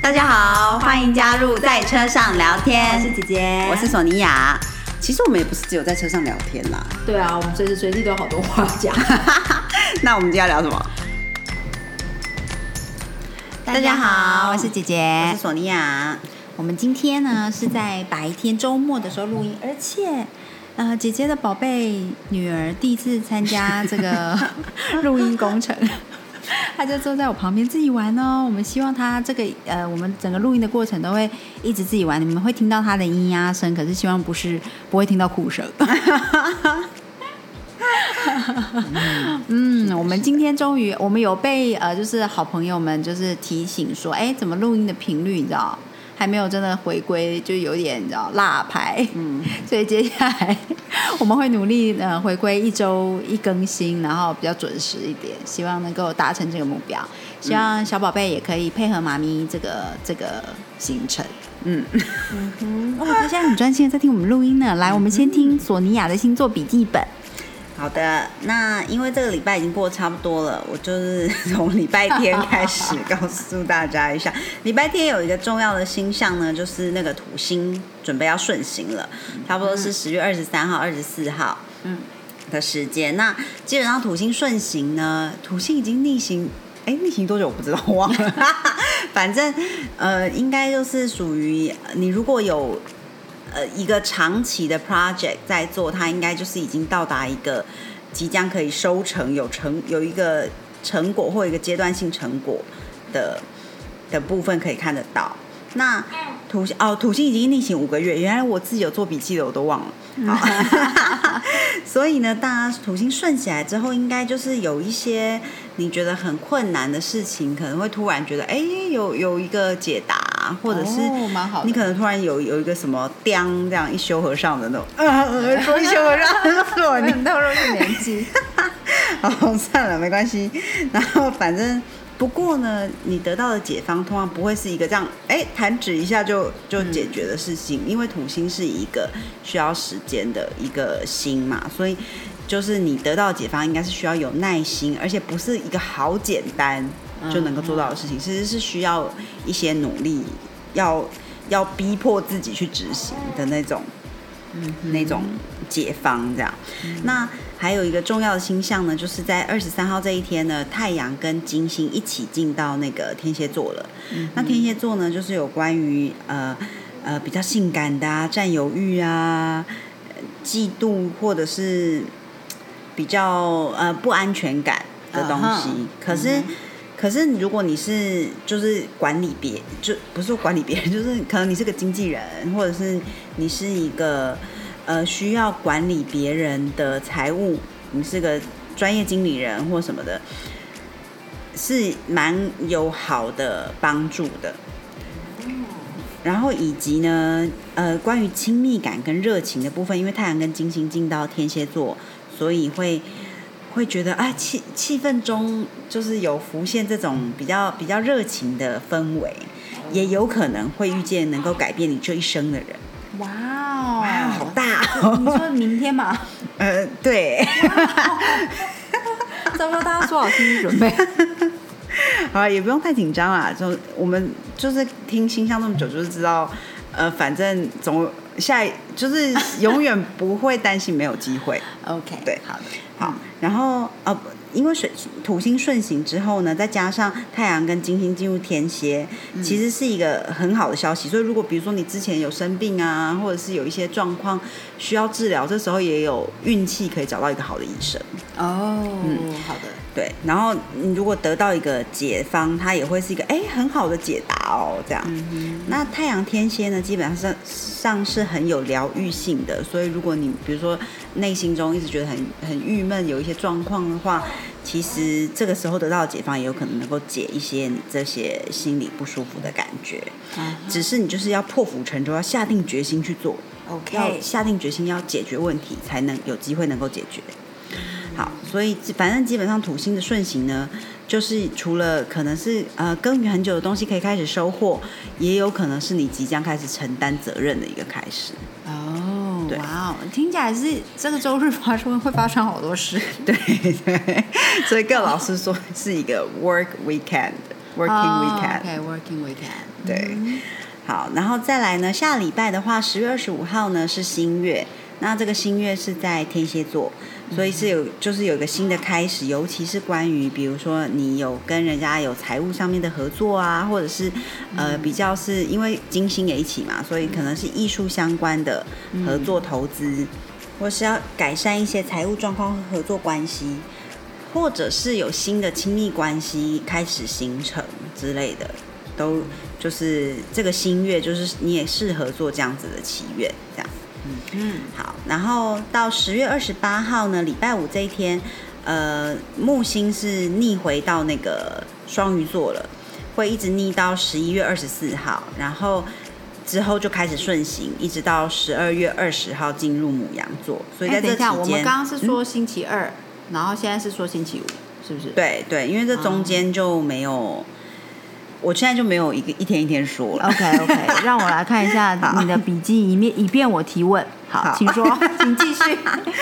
大家好，欢迎加入在车上聊天。 我是姐姐， 我是索尼娅。其实我们也不是只有在车上聊天啦。 对啊，我们随时随地都有好多话讲。 那我们今天要聊什么？ 大家好，我是姐姐， 我是索尼娅。 我们今天呢是在白天周末的时候录音，而且姐姐的宝贝女儿第一次参加这个录音工程，她就坐在我旁边自己玩哦。我们希望她这个我们整个录音的过程都会一直自己玩，你们会听到她的咿呀声，可是希望不会听到哭声。我们今天终于我们有被就是好朋友们就是提醒说，怎么录音的频率你知道还没有真的回归，就有点你知道落拍，所以接下来我们会努力回归1周1更新，然后比较准时一点，希望能够达成这个目标。希望小宝贝也可以配合妈咪这个行程。他现在很专心的在听我们录音呢。来，我们先听索尼娅的星座笔记本。 好的，那因为这个礼拜已经过差不多了，我就是从礼拜天开始告诉大家一下，礼拜天有一个重要的星象呢，就是那个土星准备要顺行了，差不多是10月23号、24号的时间。那基本上土星顺行呢，土星已经逆行，逆行多久我不知道，我忘了。反正应该就是属于你如果有一个长期的 project 在做，它应该就是已经到达一个即将可以收成有一个成果或一个阶段性成果的部分可以看得到。那土星已经逆行5个月，原来我自己有做笔记的我都忘了。好，所以呢，大家土星顺起来之后，应该就是有一些你觉得很困难的事情，可能会突然觉得有一个解答，或者是你可能突然有一个什么这样一休和尚的那种，说一休和尚是我， 你透露一年纪。 好，算了，没关系。然后反正。不过呢，你得到的解方通常不会是一个这样弹指一下就解决的事情，因为土星是一个需要时间的一个星嘛，所以就是你得到的解方应该是需要有耐心，而且不是一个好简单就能够做到的事情，其实是需要一些努力，要逼迫自己去执行的那种解方这样。那还有一个重要的星象呢，就是在23号这一天呢，太阳跟金星一起进到那个天蝎座了。那天蝎座呢，就是有关于比较性感的啊、占有欲啊、嫉妒或者是比较不安全感的东西。可是如果你是就是就不是说管理别人，就是可能你是个经纪人，或者是你是一个需要管理别人的财务，你是个专业经理人或什么的，是蛮有好的帮助的。然后以及呢，关于亲密感跟热情的部分，因为太阳跟金星进到天蝎座，所以会觉得气氛中就是有浮现这种比较热情的氛围，也有可能会遇见能够改变你这一生的人。 哇哦， 好大哦！ 你说明天吗？ 对。 糟糕，大家做好心理准备。 好，也不用太紧张啦。就我们就是听星象那么久，就是知道，反正就是永远不会担心没有机会。 OK， 对，好。然后因为土星顺行之后呢，再加上太阳跟金星进入天蝎，其实是一个很好的消息。所以如果比如说你之前有生病啊，或者是有一些状况需要治疗，这时候也有运气可以找到一个好的医生。 好的。 对，然后你如果得到一个解方，它也会是一个很好的解答哦，这样。那太阳天蝎呢，基本上是很有疗愈性的，所以如果你比如说内心中一直觉得很郁闷，有一些状况的话，其实这个时候得到的解方也有可能能够解一些你这些心里不舒服的感觉。只是你就是要破釜沉舟，要下定决心去做。要下定决心要解决问题，才能有机会能够解决。好，所以反正基本上土星的顺行呢，就是除了可能是耕耘很久的东西可以开始收获，也有可能是你即将开始承担责任的一个开始。 对，哇哦，听起来是这个周日会发生好多事。 对，所以各老师说是一个 work weekend。 working weekend。 OK，working weekend。 对，好，然后再来呢，下礼拜的话，10月25号呢是新月，那这个新月是在天蝎座，所以就是有一个新的开始，尤其是关于比如说你有跟人家有财务上面的合作啊，或者是比较是因为金星也一起嘛，所以可能是艺术相关的合作投资，或是要改善一些财务状况和合作关系，或者是有新的亲密关系开始形成之类的，都就是这个新月，就是你也适合做这样子的祈愿，这样。好，然后到10月28号呢，礼拜五这一天，木星是逆回到那个双鱼座了，会一直逆到11月24号，然后之后就开始顺行，一直到12月20号进入牡羊座。所以在这期间， 我们刚刚是说星期二，然后现在是说星期五，是不是？ 对对，因为这中间就没有。我现在就没有一天一天说了。 OK， 让我来看一下你的笔记，以便我提问。好，请说，请继续。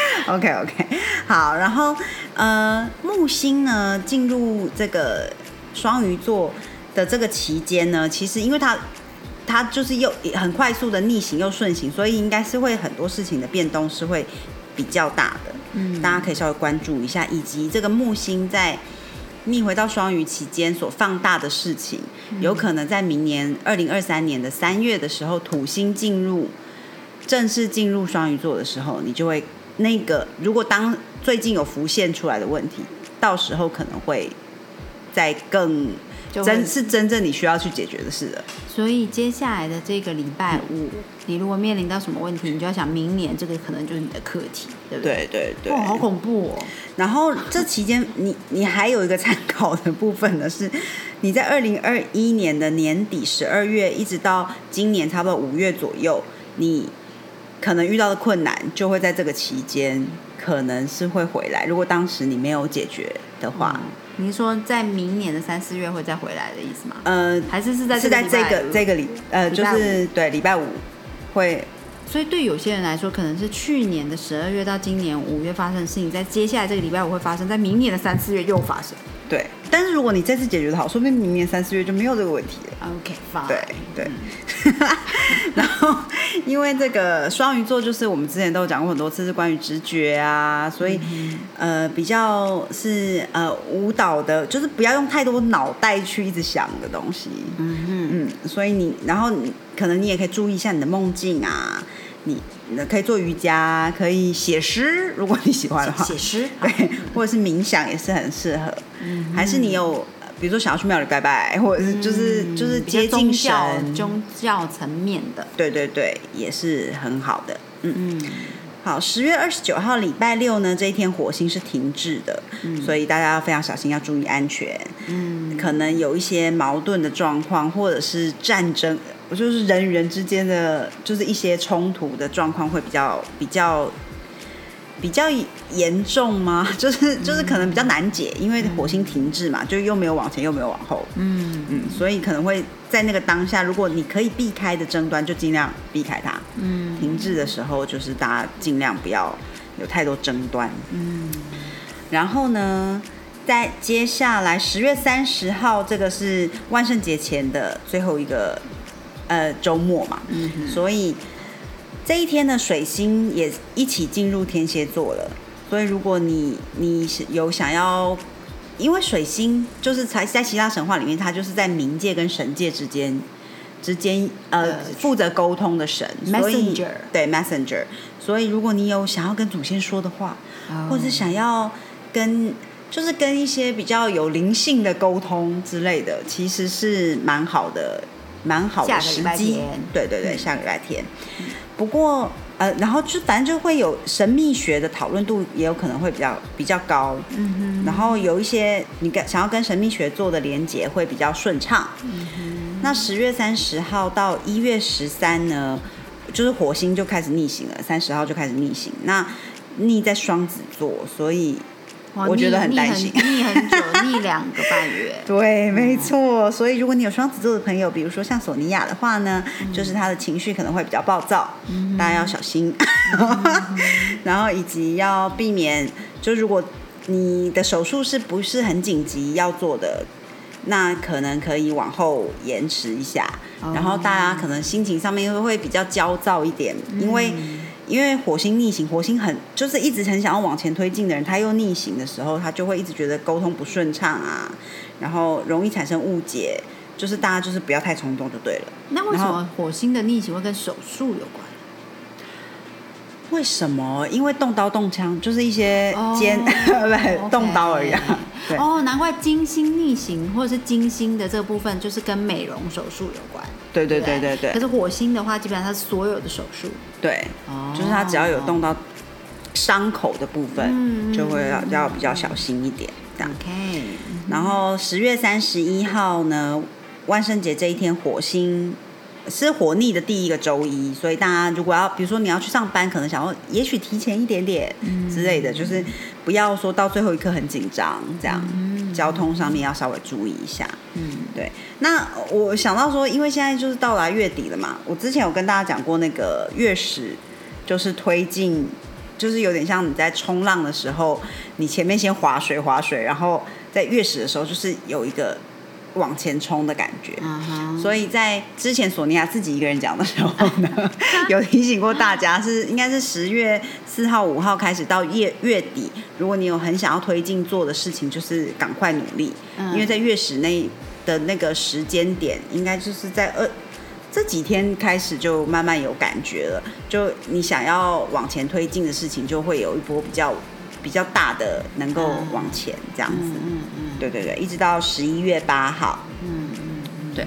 OK， 好，然后木星呢进入这个双鱼座的这个期间呢，其实因为它就是又很快速的逆行又顺行，所以应该是会很多事情的变动是会比较大的。大家可以稍微关注一下，以及这个木星在逆回到双鱼期间所放大的事情，有可能在明年2023年的3月的时候，土星正式进入双鱼座的时候，你就会如果当最近有浮现出来的问题，到时候可能会再更是真正你需要去解决的事了。 所以接下来的这个礼拜五，你如果面临到什么问题，你就要想明年这个可能就是你的课题，对不对？ 对对对。 哇，好恐怖哦！ 然后这期间你还有一个参考的部分呢，是你在2021年的年底12月一直到今年差不多5月左右，你可能遇到的困难就会在这个期间可能是会回来。如果当时你没有解决的话， 你是说在明年的3、4月会再回来的意思吗？还是在这个就是对礼拜五会。 所以对有些人来说，可能是去年的12月到今年5月发生的事情，在接下来这个礼拜五会发生，在明年的3、4月又发生。 对，但是如果你这次解决的好，说不定明年3、4月就没有这个问题了。 OK， fine。 对。然后，因为这个双鱼座就是我们之前都有讲过很多次，是关于直觉啊，所以比较是无导的，就是不要用太多脑袋去一直想的东西。所以然后可能你也可以注意一下你的梦境啊。你可以做瑜伽，可以写诗，如果你喜欢的话， 写诗对，或者是冥想也是很适合。还是你有比如说想要去庙里拜拜，或者是就是接近神宗教层面的， 对对对，也是很好的。好，10月29号礼拜六呢，这一天火星是停滞的，所以大家要非常小心，要注意安全。可能有一些矛盾的状况，或者是战争，就是人与人之间的，就是一些冲突的状况会比较严重吗？就是可能比较难解，因为火星停滞嘛，就又没有往前又没有往后。所以可能会在那个当下，如果你可以避开的争端，就尽量避开它。停滞的时候，就是大家尽量不要有太多争端。然后呢，在接下来10月30号，这个是万圣节前的最后一个周末嘛，所以这一天呢，水星也一起进入天蝎座了。所以如果你有想要，因为水星就是在希腊神话里面，它就是在冥界跟神界之间负责沟通的神，所以 Messenger， 对 Messenger。所以如果你有想要跟祖先说的话，或者是想要跟一些比较有灵性的沟通之类的，其实是蛮好的时机。对对对，下个礼拜天。不过然后反正就会有神秘学的讨论度，也有可能会比较高。然后有一些你想要跟神秘学做的连结会比较顺畅。那10月30号到1月13呢，就是火星就开始逆行了，30号就开始逆行。那逆在双子座，所以我觉得很担心， 逆很久，逆2个半月。 对，没错。所以如果你有双子座的朋友，比如说像索尼娅的话呢，就是她的情绪可能会比较暴躁，大家要小心。然后以及要避免，就如果你的手术是不是很紧急要做的， 那可能可以往后延迟一下，然后大家可能心情上面会比较焦躁一点，因为火星逆行，火星就是一直很想要往前推进的人，他又逆行的时候，他就会一直觉得沟通不顺畅啊，然后容易产生误解，就是大家就是不要太冲动就对了。 那为什么火星的逆行会跟手术有关？ 为什么？因为动刀动枪，就是一些动刀而已啊。对难怪金星逆行或者是金星的这个部分就是跟美容手术有关。 对。 可是火星的话，基本上它是所有的手术。 对，就是它只要有动到伤口的部分，就会要比较小心一点。这样。 OK。 然后10月31号呢，万圣节这一天，火星是火逆的第一个周一，所以大家如果比如说你要去上班，可能想要也许提前一点点之类的，就是不要说到最后一刻很紧张，这样交通上面要稍微注意一下。对。那我想到说，因为现在就是到达月底了嘛，我之前有跟大家讲过那个月食，就是推进，就是有点像你在冲浪的时候，你前面先划水，然后在月食的时候，就是有一个往前冲的感觉。所以在之前索尼娅自己一个人讲的时候呢，有提醒过大家应该是10月4号5号开始到月底，如果你有很想要推进做的事情，就是赶快努力，因为在月食内的那个时间点，应该就是在这几天开始就慢慢有感觉了，就你想要往前推进的事情，就会有一波比较大的能够往前这样子。对，一直到11月8号。对。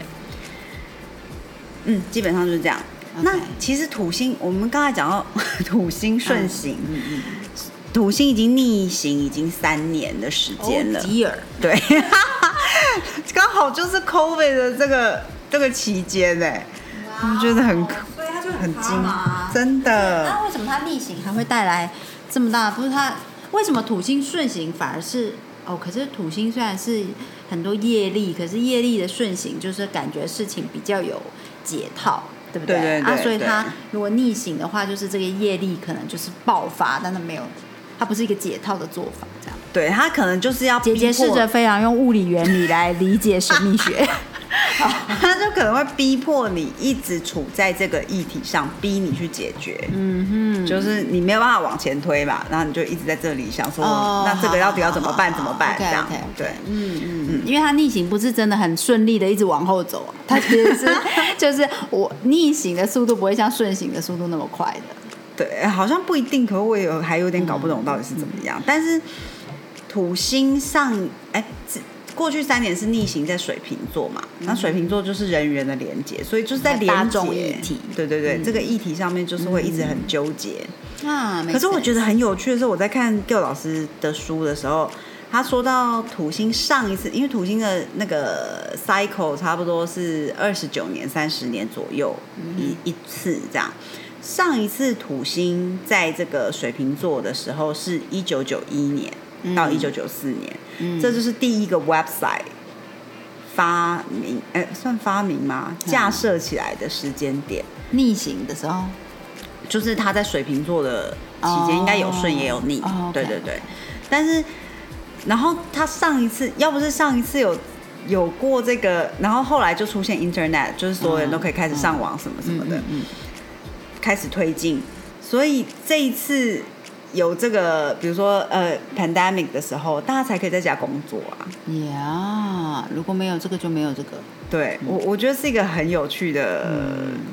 基本上就是这样。那其实土星，我们刚才讲到土星顺行，土星已经逆行已经3年的时间了。对，刚好就是 COVID 的这个期间我觉得所以它就很惊， 真的。 那为什么它逆行还会带来这么大？不是它为什么土星顺行反而是可是土星虽然是很多业力，可是业力的顺行就是感觉事情比较有解套，对不对？ 对。 所以它如果逆行的话，就是这个业力可能就是爆发，但是没有，它不是一个解套的做法，这样。 对，它可能就是要姐试着非常用物理原理来理解神秘学。 他就可能会逼迫你一直处在这个议题上，逼你去解决。就是你没有办法往前推嘛，然后你就一直在这里想说，那这个到底要怎么办？这样。对。 因为他逆行不是真的很顺利的一直往后走，他其实是就是我逆行的速度不会像顺行的速度那么快的。 对，好像不一定，可我还有点搞不懂到底是怎么样。但是土星过去3年是逆行在水瓶座嘛，那水瓶座就是人与人的连结，所以就是在连结议题。 对，这个议题上面就是会一直很纠结。可是我觉得很有趣的是，我在看 Gil 老师的书的时候，他说到土星上一次，因为土星的那个 cycle 差不多是29年、30年左右一次这样。上一次土星在这个水瓶座的时候是1991年到1994年，这就是第一个 website 发明，算发明吗？架设起来的时间点。 逆行的时候， 就是他在水瓶座的期间，应该有顺也有逆。对。但是，然后他上一次，要不是上一次有过这个，然后后来就出现 Internet， 就是所有人都可以开始上网什么什么的，开始推进。所以这一次有这个，比如说pandemic 的时候，大家才可以在家工作啊。 如果没有这个就没有这个。 对，我觉得是一个很有趣的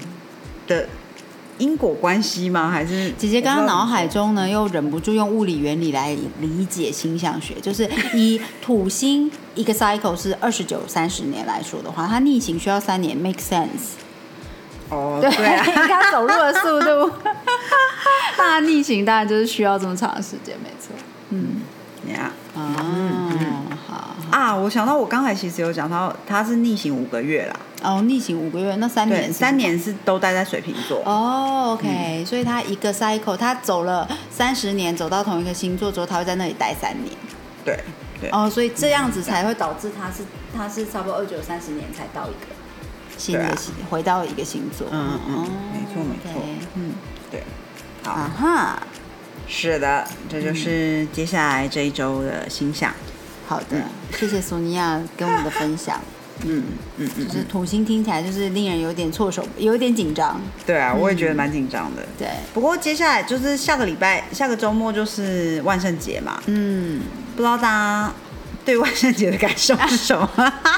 因果关系吗？还是姐姐刚刚脑海中呢，又忍不住用物理原理来理解星象学，就是以土星一个 cycle 是29-30年来说的话，它逆行需要3年 make sense。对啊，它走路的速度，它逆行当然就是需要这么长的时间，没错。 好我想到我刚才其实有讲到，它是逆行5个月啦。 逆行5个月，那3年 3年是都待在水瓶座。 OK，所以它一个 cycle， 它走了30年，走到同一个星座之后，它会在那里待3年。 对。 所以这样子才会导致它是差不多29-30年才到一个新的回到一个星座。 没错。对。好。是的，这就是接下来这一周的星象。 好的，谢谢索尼娅跟我们的分享。就是土星听起来就是令人有点有点紧张。 对啊，我也觉得蛮紧张的。 对， 不过接下来就是下个周末就是万圣节嘛。不知道大家对万圣节的感受是什么？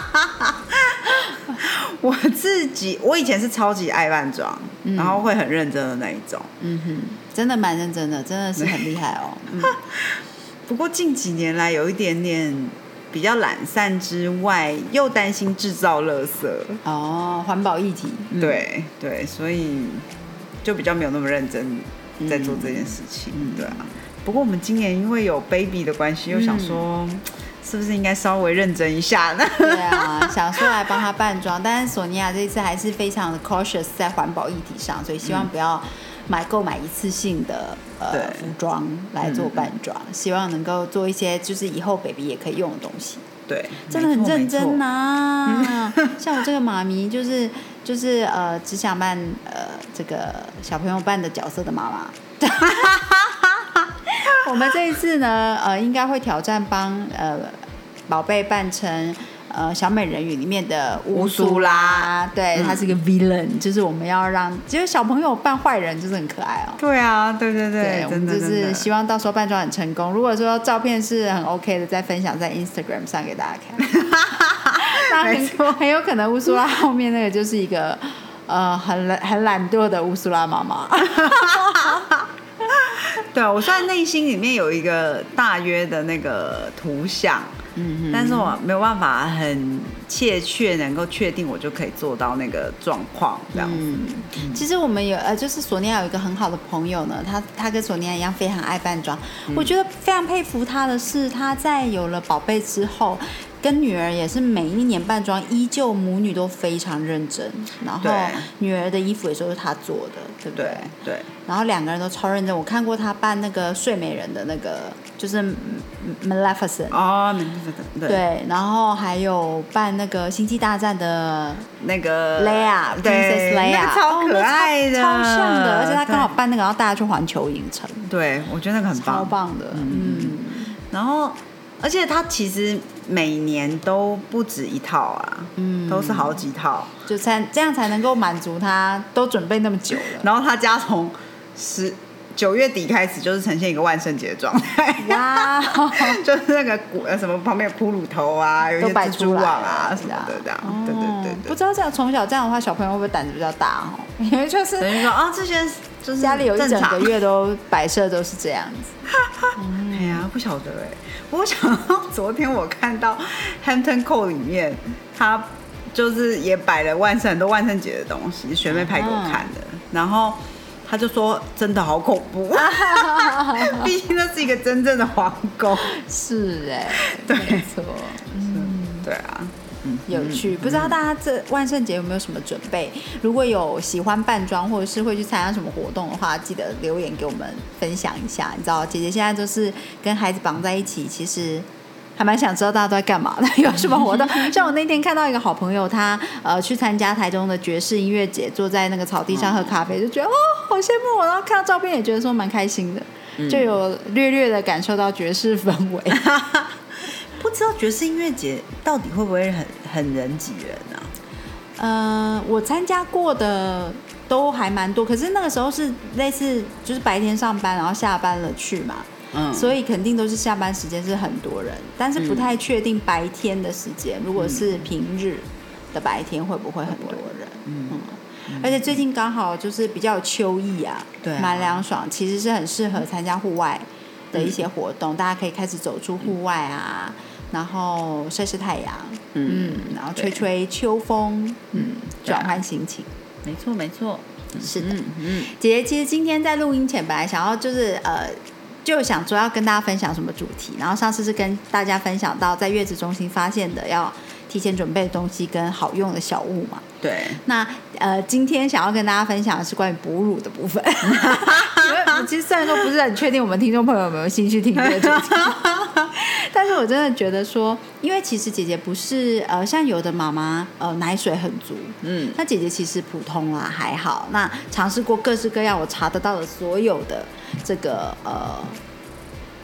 我以前是超级爱扮装，然后会很认真的那一种。 真的蛮认真的，真的是很厉害哦。 不过近几年来有一点点比较懒散之外，又担心制造垃圾环保议题。 对对，所以就比较没有那么认真在做这件事情。对啊。不过我们今年因为有 baby 的关系，又想说是不是应该稍微认真一下呢？ 对啊，想说来帮他扮装，但是索尼娅这次还是非常的 cautious 在环保议题上，所以希望不要购买一次性的服装来做扮装，希望能够做一些就是以后 baby 也可以用的东西。 对， 真的很认真啊！像我这个妈咪就是只想扮这个小朋友扮的角色的妈妈。我们这一次呢，应该会挑战帮宝贝扮成小美人鱼里面的乌苏拉，对，他是个 villain，就是我们要让，就是小朋友扮坏人就是很可爱哦。 对啊，对对对， 我们就是希望到时候扮装很成功。如果说照片是很 OK 的，再分享在 Instagram 上给大家看。那很有可能乌苏拉后面那个就是一个很懒惰的乌苏拉妈妈。 对啊，我虽然内心里面有一个大约的那个图像，但是我没有办法很切能够确定我就可以做到那个状况这样子。 其实我们有就是索尼娅有一个很好的朋友呢，他跟索尼娅一样非常爱扮装。我觉得非常佩服他的是，他在有了宝贝之后，跟女儿也是每一年扮装，依旧母女都非常认真。然后女儿的衣服也都是他做的，对不对？ 对。 然后两个人都超认真。我看过他扮那个睡美人的那个，就是 Maleficent。 Maleficent。 对，然后还有扮那个星际大战的那个 Leia，Princess Leia， 那个超可爱的， 超像的，而且他刚好扮那个，然后带他去环球影城。 对，我觉得那个很棒， 超棒的。 然后，而且他其实每年都不止一套啊，都是好几套， 就这样才能够满足他都准备那么久了。 然后他家从9月底开始就是呈现一个万圣节的状态， 哇， 就是那个什么旁边有骷髅头啊，有一些蜘蛛网啊什么的这样，对对对。 不知道这样从小这样的话，小朋友会不会胆子比较大哦？因为就是等于说这些就是家里有一整个月都摆设都是这样子。 哎呀，不晓得我想到昨天我看到 Hampton Court 里面，他就是也摆了很多万圣节的东西，学妹拍给我看的，然后他就说真的好恐怖，毕竟那是一个真正的皇宫。 是对， 没错， 对啊。 有趣，不知道大家这万圣节有没有什么准备？如果有喜欢扮装或者是会去参加什么活动的话，记得留言给我们分享一下。你知道，姐姐现在就是跟孩子绑在一起，其实还蛮想知道大家都在干嘛的，有什么活动。像我那天看到一个好朋友，他去参加台中的爵士音乐节，坐在那个草地上喝咖啡，就觉得好羡慕我。然后看到照片也觉得说蛮开心的，就有略的感受到爵士氛围。 不知道爵士音乐节到底会不会很人挤人啊？ 我参加过的都还蛮多，可是那个时候是类似就是白天上班，然后下班了去嘛，所以肯定都是下班时间是很多人，但是不太确定白天的时间，如果是平日的白天会不会很多人？而且最近刚好就是比较有秋意啊，对，蛮凉爽，其实是很适合参加户外的一些活动，大家可以开始走出户外啊。然后晒晒太阳，然后吹吹秋风，转换心情。 没错，没错， 是的。姐姐其实今天在录音前本来想要就是就想说要跟大家分享什么主题，然后上次是跟大家分享到在月子中心发现的要提前准备的东西跟好用的小物嘛。 对。 那今天想要跟大家分享的是关于哺乳的部分。因为我其实虽然说不是很确定我们听众朋友有没有兴趣听这个主题。但是我真的觉得说，因为其实姐姐不是像有的妈妈奶水很足，那姐姐其实普通啦还好。那尝试过各式各样我查得到的所有的这个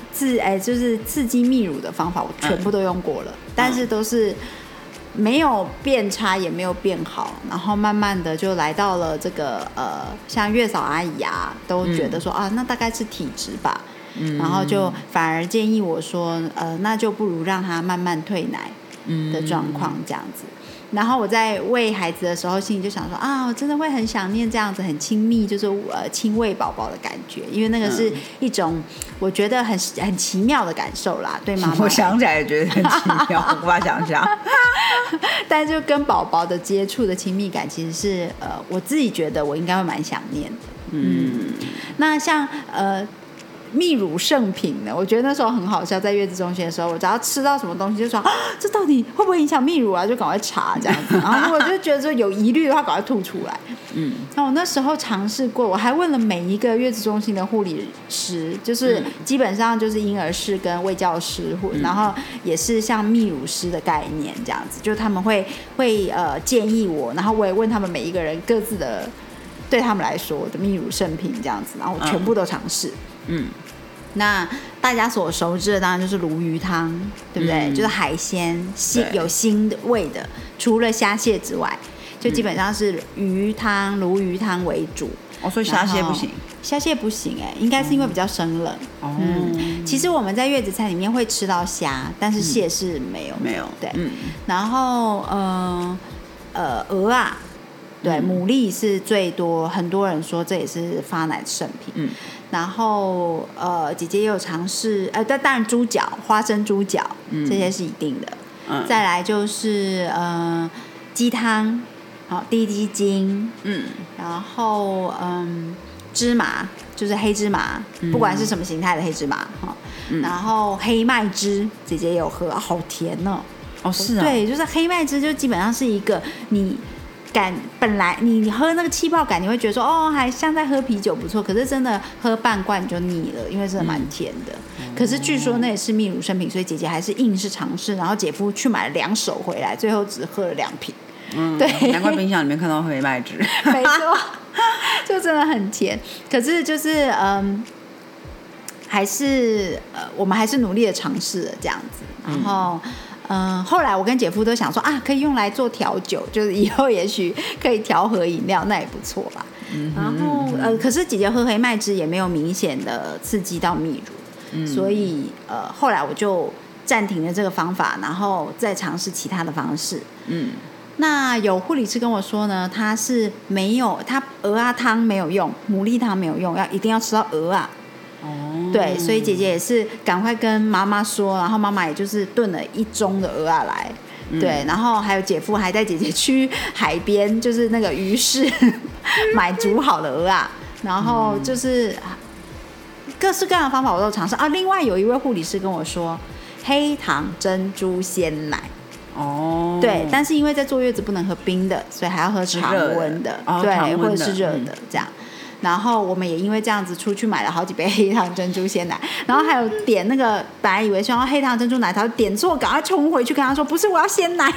就是刺激泌乳的方法，我全部都用过了，但是都是没有变差，也没有变好，然后慢慢的就来到了这个像月嫂阿姨啊，都觉得说、那大概是体质吧，然后就反而建议我说，那就不如让他慢慢退奶的状况这样子。然后我在喂孩子的时候，心里就想说我真的会很想念这样子很亲密，就是亲喂宝宝的感觉，因为那个是一种我觉得很奇妙的感受啦，对妈妈。 我想起来也觉得很奇妙，无法想象。 但就跟宝宝的接触的亲密感，其实是我自己觉得我应该会蛮想念的。那像泌乳圣品呢，我觉得那时候很好笑，在月子中心的时候，我只要吃到什么东西就说这到底会不会影响泌乳啊，就赶快查这样子，然后我就觉得说有疑虑的话赶快吐出来。那我那时候尝试过，我还问了每一个月子中心的护理师，就是基本上就是婴儿室跟卫教师，然后也是像泌乳师的概念这样子，就他们会建议我，然后我也问他们每一个人各自的对他们来说的泌乳圣品这样子，然后我全部都尝试。那大家所熟知的当然就是鲈鱼汤，对不对？就是海鲜有腥的味的，除了虾蟹之外，就基本上是鱼汤、鲈鱼汤为主。 所以虾蟹不行？ 虾蟹不行应该是因为比较生冷。其实我们在月子餐里面会吃到虾，但是蟹是没有。对。然后鹅啊。对，牡蛎是最多，很多人说这也是发奶的圣品。然后姐姐也有尝试，但当然猪脚、花生猪脚、这些是一定的。再来就是鸡汤，低鸡精，然后芝麻，就是黑芝麻，不管是什么形态的黑芝麻，然后黑麦汁，姐姐也有喝，好甜哦。 是啊。 对，就是黑麦汁，就基本上是一个你。本来你喝那个气泡感，你会觉得说还像在喝啤酒不错，可是真的喝半罐就腻了，因为真的蛮甜的。可是据说那也是泌乳圣品，所以姐姐还是硬是尝试，然后姐夫去买了2手回来，最后只喝了2瓶。对， 难怪冰箱里面看到黑麦汁。 没错，就真的很甜。可是就是还是我们还是努力的尝试了这样子，然后。后来我跟姐夫都想说可以用来做调酒，就是以后也许可以调和饮料，那也不错吧。然后可是姐姐喝黑麦汁也没有明显的刺激到泌乳，所以后来我就暂停了这个方法，然后再尝试其他的方式。那有护理师跟我说呢，他是没有，他鹅啊汤没有用，牡蛎汤没有用，一定要吃到鹅啊。对，所以姐姐也是赶快跟妈妈说，然后妈妈也就是炖了1盅的鹅啊来，对，然后还有姐夫还带姐姐去海边，就是那个鱼市买煮好的鹅啊，然后就是各式各样的方法我都尝试另外有一位护理师跟我说，黑糖珍珠鲜奶。对，但是因为在坐月子不能喝冰的，所以还要喝常温的，对，或者是热的这样。然后我们也因为这样子出去买了好几杯黑糖珍珠鲜奶，然后还有点那个本来以为是要黑糖珍珠奶茶，点错，赶快冲回去跟他说不是，我要鲜奶。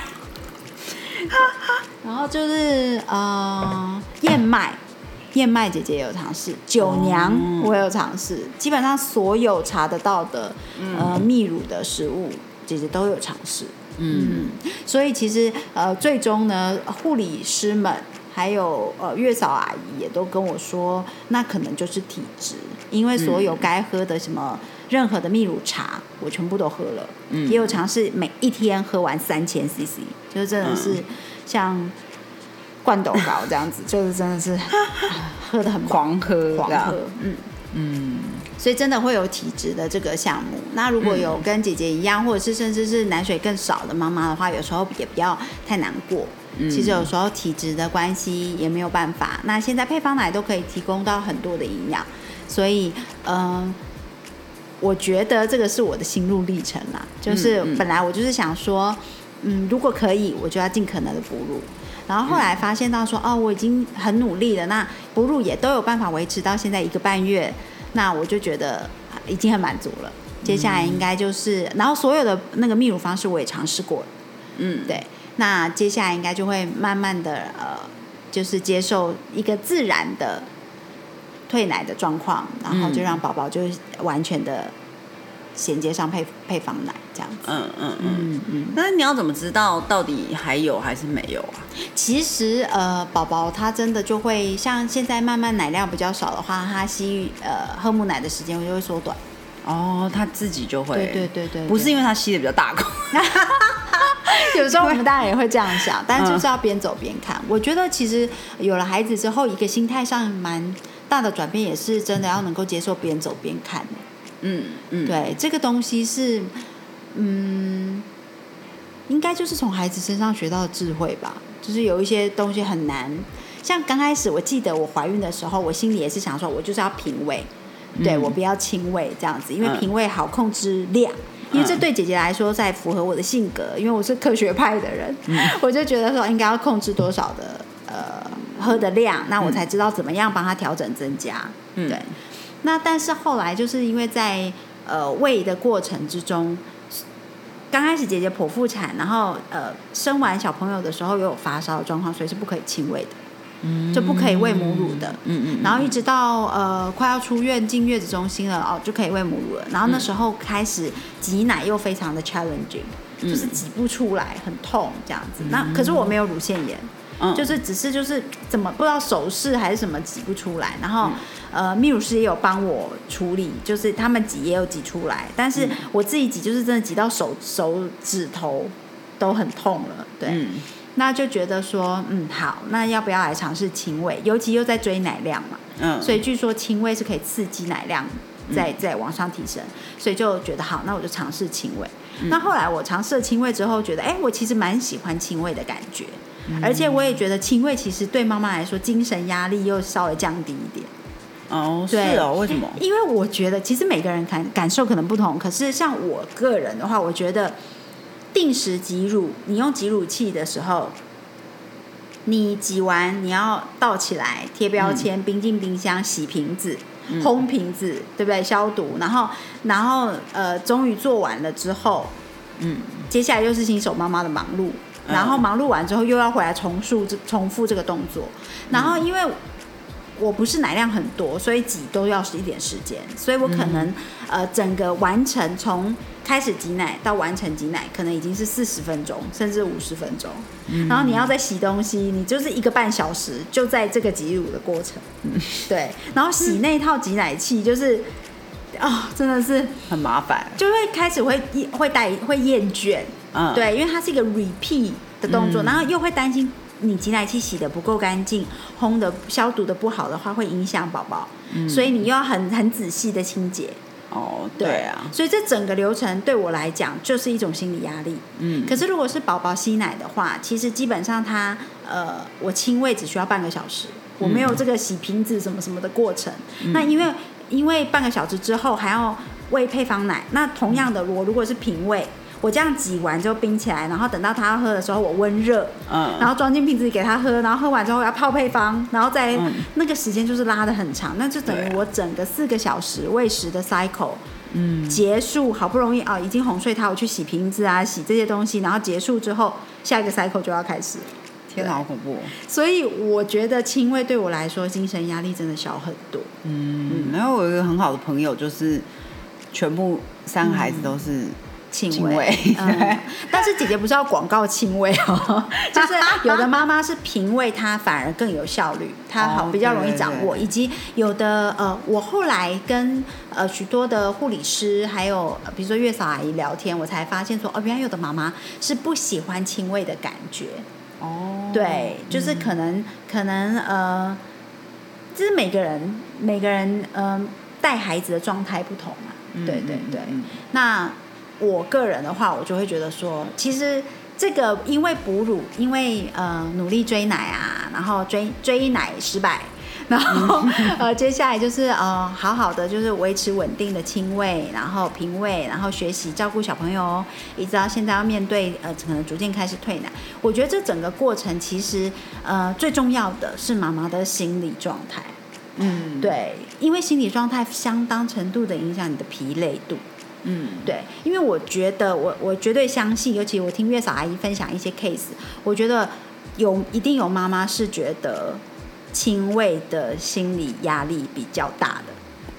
然后就是燕麦姐姐也有尝试，酒娘我也有尝试，基本上所有查得到的泌乳的食物姐姐都有尝试。所以其实最终呢，护理师们还有月嫂阿姨也都跟我说，那可能就是体质，因为所有该喝的什么任何的泌乳茶我全部都喝了，也有尝试每一天喝完3000 cc， 就是真的是像灌斗高这样子，就是真的是喝得很狂喝。 所以真的会有体质的这个项目。那如果有跟姐姐一样，或者是甚至是奶水更少的妈妈的话，有时候也不要太难过。其实有时候体质的关系也没有办法。那现在配方奶都可以提供到很多的营养，所以我觉得这个是我的心路历程啦。就是本来我就是想说，如果可以，我就要尽可能的哺乳。然后后来发现到说，我已经很努力了，那哺乳也都有办法维持到现在1个半月。那我就觉得已经很满足了，接下来应该就是，然后所有的那个泌乳方式我也尝试过了，对，那接下来应该就会慢慢的就是接受一个自然的退奶的状况，然后就让宝宝就完全的衔接上配方奶这样子。 那你要怎么知道到底还有还是没有啊？ 其实宝宝他真的就会像现在慢慢奶量比较少的话，他喝母奶的时间就会缩短。 哦，他自己就会， 对， 不是因为他吸的比较大口。 有时候我们当然也会这样想，但就是要边走边看。我觉得其实有了孩子之后，一个心态上蛮大的转变，也是真的要能够接受边走边看。对，这个东西是应该就是从孩子身上学到的智慧吧。就是有一些东西很难，像刚开始我记得我怀孕的时候，我心里也是想说，我就是要平喂，对，我不要亲喂这样子，因为平喂好控制量。因为这对姐姐来说才符合我的性格，因为我是科学派的人，我就觉得说应该要控制多少的喝的量，那我才知道怎么样帮她调整增加。对，那但是后来就是因为在喂的过程之中，刚开始姐姐剖腹产，然后生完小朋友的时候又有发烧的状况，所以是不可以亲喂的。就不可以喂母乳的，然后一直到快要出院进月子中心了就可以喂母乳了。然后那时候开始挤奶又非常的 challenging，就是挤不出来，很痛这样子。那可是我没有乳腺炎，就是只是就是怎么不知道手势还是什么挤不出来。然后泌乳师也有帮我处理，就是他们挤也有挤出来，但是我自己挤就是真的挤到手指头都很痛了，对。那就觉得说好，那要不要来尝试亲喂，尤其又在追奶量嘛，所以据说亲喂是可以刺激奶量再往上提升，所以就觉得好，那我就尝试亲喂。那后来我尝试了亲喂之后觉得我其实蛮喜欢亲喂的感觉，而且我也觉得亲喂其实对妈妈来说精神压力又稍微降低一点。 是为什么？ 因为我觉得其实每个人感受可能不同，可是像我个人的话，我觉得定时挤乳，你用挤乳器的时候，你挤完你要倒起来，贴标签，冰进冰箱，洗瓶子，烘瓶子，对不对？消毒，然后终于做完了之后，接下来又是新手妈妈的忙碌，然后忙碌完之后又要回来重复这个动作，然后因为我不是奶量很多，所以挤都要一点时间，所以我可能整个完成从开始挤奶到完成挤奶可能已经是40分钟甚至50分钟，然后你要再洗东西，你就是1个半小时就在这个挤乳的过程，对，然后洗那套挤奶器就是真的是很麻烦， 就会开始会厌倦，对，因为它是一个 repeat 的动作，然后又会担心你挤奶器洗的不够干净，烘的消毒的不好的话会影响宝宝，所以你又要很仔细的清洁。对啊，所以这整个流程对我来讲就是一种心理压力。可是如果是宝宝吸奶的话，其实基本上我亲喂只需要半个小时，我没有这个洗瓶子什么什么的过程。那因为半个小时之后还要喂配方奶，那同样的我如果是平喂，我这样挤完就冰起来，然后等到他要喝的时候我温热，然后装进瓶子里给他喝，然后喝完之后要泡配方，然后再那个时间就是拉得很长，那就等于我整个4个小时喂食的 cycle 结束，好不容易已经哄睡他，我去洗瓶子啊，洗这些东西，然后结束之后下一个 cycle 就要开始。 天哪，好恐怖！ 所以我觉得亲喂对我来说精神压力真的小很多。 然后我有一个很好的朋友，就是全部3个孩子都是亲喂， 但是姐姐不是要广告亲喂就是有的妈妈是平喂，她反而更有效率，她比较容易掌握，以及有的我后来跟许多的护理师还有比如说月嫂阿姨聊天，我才发现说原来有的妈妈是不喜欢亲喂的感觉。对，就是可能就是每个人带孩子的状态不同嘛，对，那我个人的话，我就会觉得说，其实这个因为哺乳，因为努力追奶啊，然后追奶失败，然后接下来就是好好的就是维持稳定的亲喂，然后平喂，然后学习照顾小朋友，一直到现在要面对可能逐渐开始退奶。我觉得这整个过程其实最重要的是妈妈的心理状态。对，因为心理状态相当程度的影响你的疲累度。对，因为我觉得我绝对相信，尤其我听月嫂阿姨分享一些 case， 我觉得一定有妈妈是觉得亲喂的心理压力比较大的。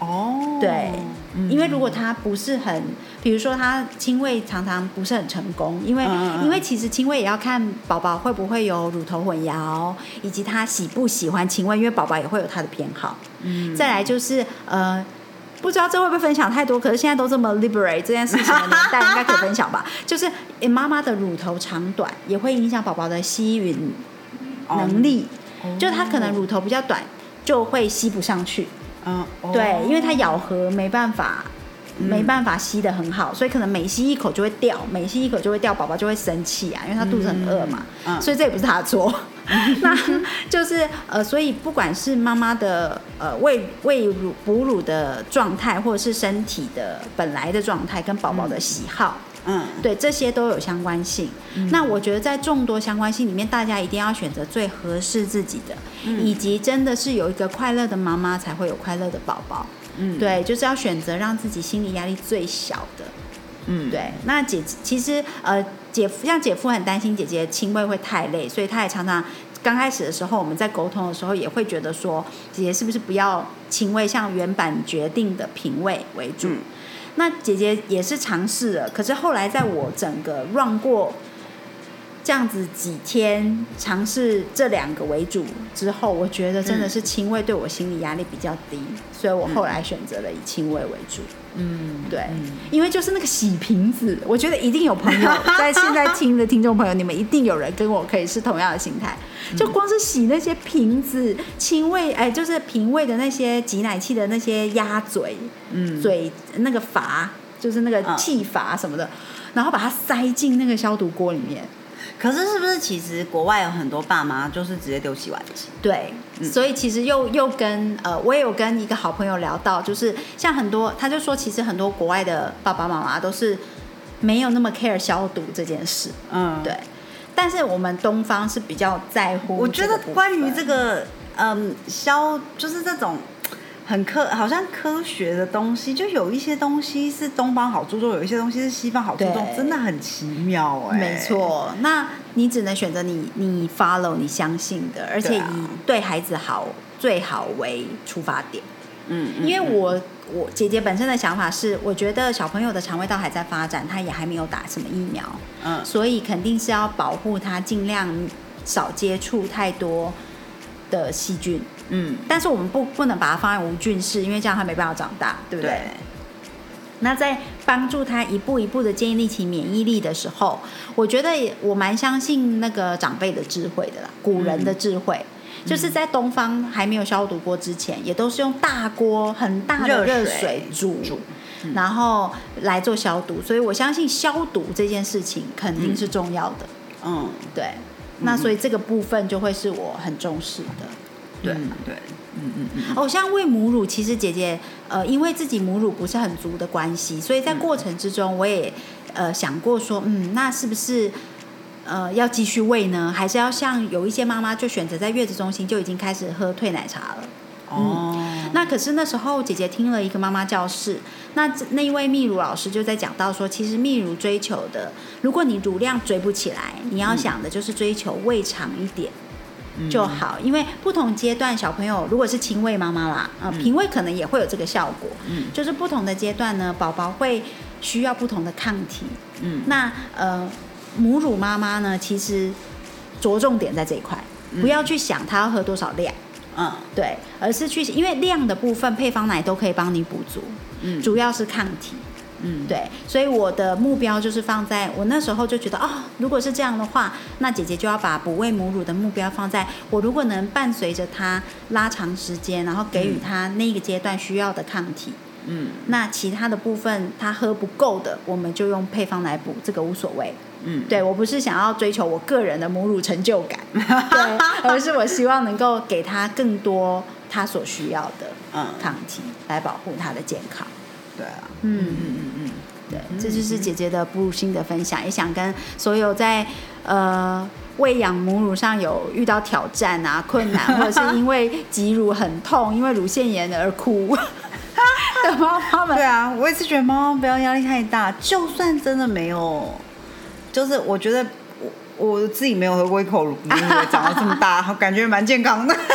哦， 对，因为如果他不是很，比如说他亲喂常常不是很成功，因为其实亲喂也要看宝宝会不会有乳头混淆，以及他喜不喜欢亲喂，因为宝宝也会有他的偏好。再来就是不知道这会不会分享太多，可是现在都这么 liberate 这件事情的年代，应该可以分享吧？就是妈妈的乳头长短也会影响宝宝的吸吮能力，就他可能乳头比较短，就会吸不上去。对，因为它咬合没办法吸得很好，所以可能每吸一口就会掉，宝宝就会生气啊，因为他肚子很饿嘛，所以这也不是他的错。那就是所以不管是妈妈的哺乳的状态，或者是身体的本来的状态，跟宝宝的喜好。对，这些都有相关性。那我觉得在众多相关性里面，大家一定要选择最合适自己的，以及真的是有一个快乐的妈妈，才会有快乐的宝宝。对，就是要选择让自己心理压力最小的。对。那其实像姐夫很担心姐姐亲喂会太累，所以他也常常刚开始的时候，我们在沟通的时候也会觉得说，姐姐是不是不要亲喂像原版决定的平喂为主。那姐姐也是尝试了，可是后来在我整个 run 过这样子几天，尝试这2个为主之后，我觉得真的是亲喂对我心理压力比较低，所以我后来选择了以亲喂为主。对，因为就是那个洗瓶子，我觉得一定有朋友在现在听的听众朋友，你们一定有人跟我可以是同样的心态，就光是洗那些瓶子、亲喂，就是瓶喂的那些挤奶器的那些鸭嘴、嘴那个阀，就是那个气阀什么的，然后把它塞进那个消毒锅里面。 可是是不是其实国外有很多爸妈就是直接丢洗碗机？ 对，所以其实又跟我也有跟一个好朋友聊到，就是像很多他就说，其实很多国外的爸爸妈妈都是没有那么 care 消毒这件事。对。但是我们东方是比较在乎。 我觉得关于这个就是这种好像科学的东西，就有一些东西是东方好注重，有一些东西是西方好注重，真的很奇妙。 没错，那你只能选择你 follow 你相信的，而且以对孩子好最好为出发点。因为我姐姐本身的想法是，我觉得小朋友的肠胃道还在发展，他也还没有打什么疫苗，所以肯定是要保护他，尽量少接触太多的细菌。但是我们不能把它放在无菌室，因为这样他没办法长大，对不对？那在帮助他一步一步的建立起免疫力的时候，我觉得我蛮相信那个长辈的智慧的啦，古人的智慧。就是在东方还没有消毒锅之前，也都是用大锅很大的热水煮，然后来做消毒，所以我相信消毒这件事情肯定是重要的。对。那所以这个部分就会是我很重视的。对。像喂母乳，其实姐姐因为自己母乳不是很足的关系，所以在过程之中我也想过说，那是不是要继续喂呢？还是要像有一些妈妈就选择在月子中心就已经开始喝退奶茶了。那可是那时候姐姐听了一个妈妈教室，那一位泌乳老师就在讲到说，其实泌乳追求的，如果你乳量追不起来，你要想的就是追求喂长一点就好。因为不同阶段小朋友，如果是亲喂妈妈啦，平喂可能也会有这个效果。就是不同的阶段呢，宝宝会需要不同的抗体。那母乳妈妈呢，其实着重点在这一块，不要去想她要喝多少量。对，而是去，因为量的部分配方奶都可以帮你补足，主要是抗体。对，所以我的目标就是放在我那时候就觉得，如果是这样的话，那姐姐就要把哺喂母乳的目标放在我如果能伴随着她拉长时间，然后给予她那个阶段需要的抗体。那其他的部分她喝不够的，我们就用配方来补，这个无所谓。对，我不是想要追求我个人的母乳成就感，对，而是我希望能够给她更多她所需要的抗体，来保护她的健康。 对啊， 对，这就是姐姐的哺乳心得分享，也想跟所有在喂养母乳上有遇到挑战啊、困难，或者是因为挤乳很痛、因为乳腺炎而哭的妈妈们。 对啊，我也是觉得妈妈不要压力太大，就算真的没有，就是我觉得我自己没有喝过一口乳，长到这么大，感觉蛮健康的。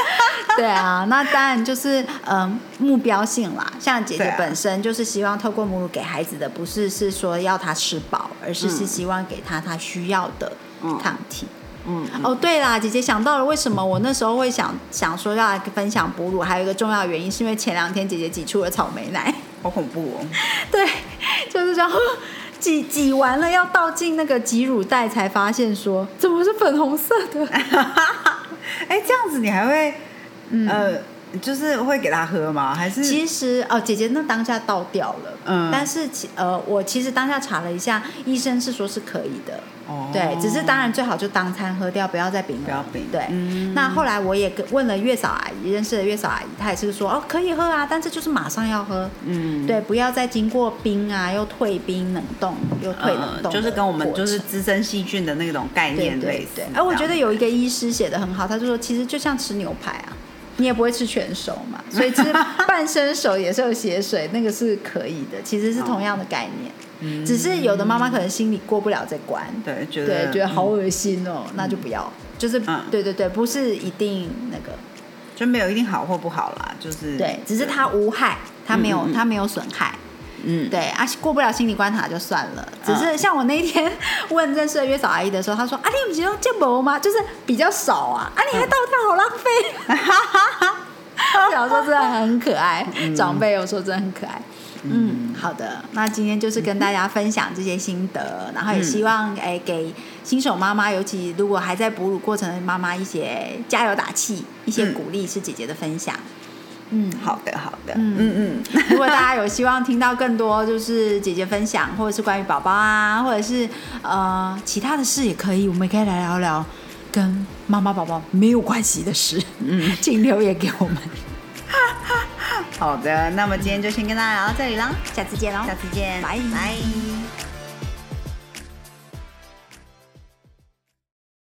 对啊，那当然就是目标性啦。像姐姐本身就是希望透过母乳给孩子的，不是说要他吃饱，而是希望给他需要的抗体。哦，对啦，姐姐想到了，为什么我那时候会想说要来分享哺乳，还有一个重要原因，是因为前2天姐姐挤出了草莓奶， 好恐怖哦。 对，就是这样。挤完了要倒进那个挤乳袋，才发现说怎么是粉红色的？ 哎，这样子你还会就是会给他喝吗？还是其实姐姐那当下倒掉了，但是我其实当下查了一下，医生是说是可以的。对，只是当然最好就当餐喝掉，不要再冰了。 不要冰。 对，那后来我也问了月嫂阿姨，认识的月嫂阿姨，她也是说可以喝啊，但是就是马上要喝。对，不要再经过冰啊，又退冰冷冻，又退冷冻， 就是跟我们就是滋生细菌的那种概念类似。 对，我觉得有一个医师写的很好，他就说其实就像吃牛排啊。你也不会吃全熟嘛，所以吃半生熟也是有血水，那个是可以的，其实是同样的概念。只是有的妈妈可能心里过不了这关， 对，觉得好恶心哦，那就不要。就是对，不是一定那个， 就没有一定好或不好啦，就是对，只是它无害，它没有损害。对啊，过不了心理关卡就算了。只是像我那一天问认识的月嫂阿姨的时候，她说你不是用健保吗？就是比较少啊，你还倒掉，好浪费。小时候真的很可爱，长辈有时候真的很可爱。好的，那今天就是跟大家分享这些心得，然后也希望给新手妈妈，尤其如果还在哺乳过程的妈妈一些加油打气，一些鼓励，是姐姐的分享。 好的。 如果大家有希望听到更多，就是姐姐分享，或者是关于宝宝啊，或者是其他的事也可以，我们也可以来聊聊跟妈妈宝宝没有关系的事。请留言给我们。 好的，那么今天就先跟大家聊到这里啦， 下次见喽， 拜拜。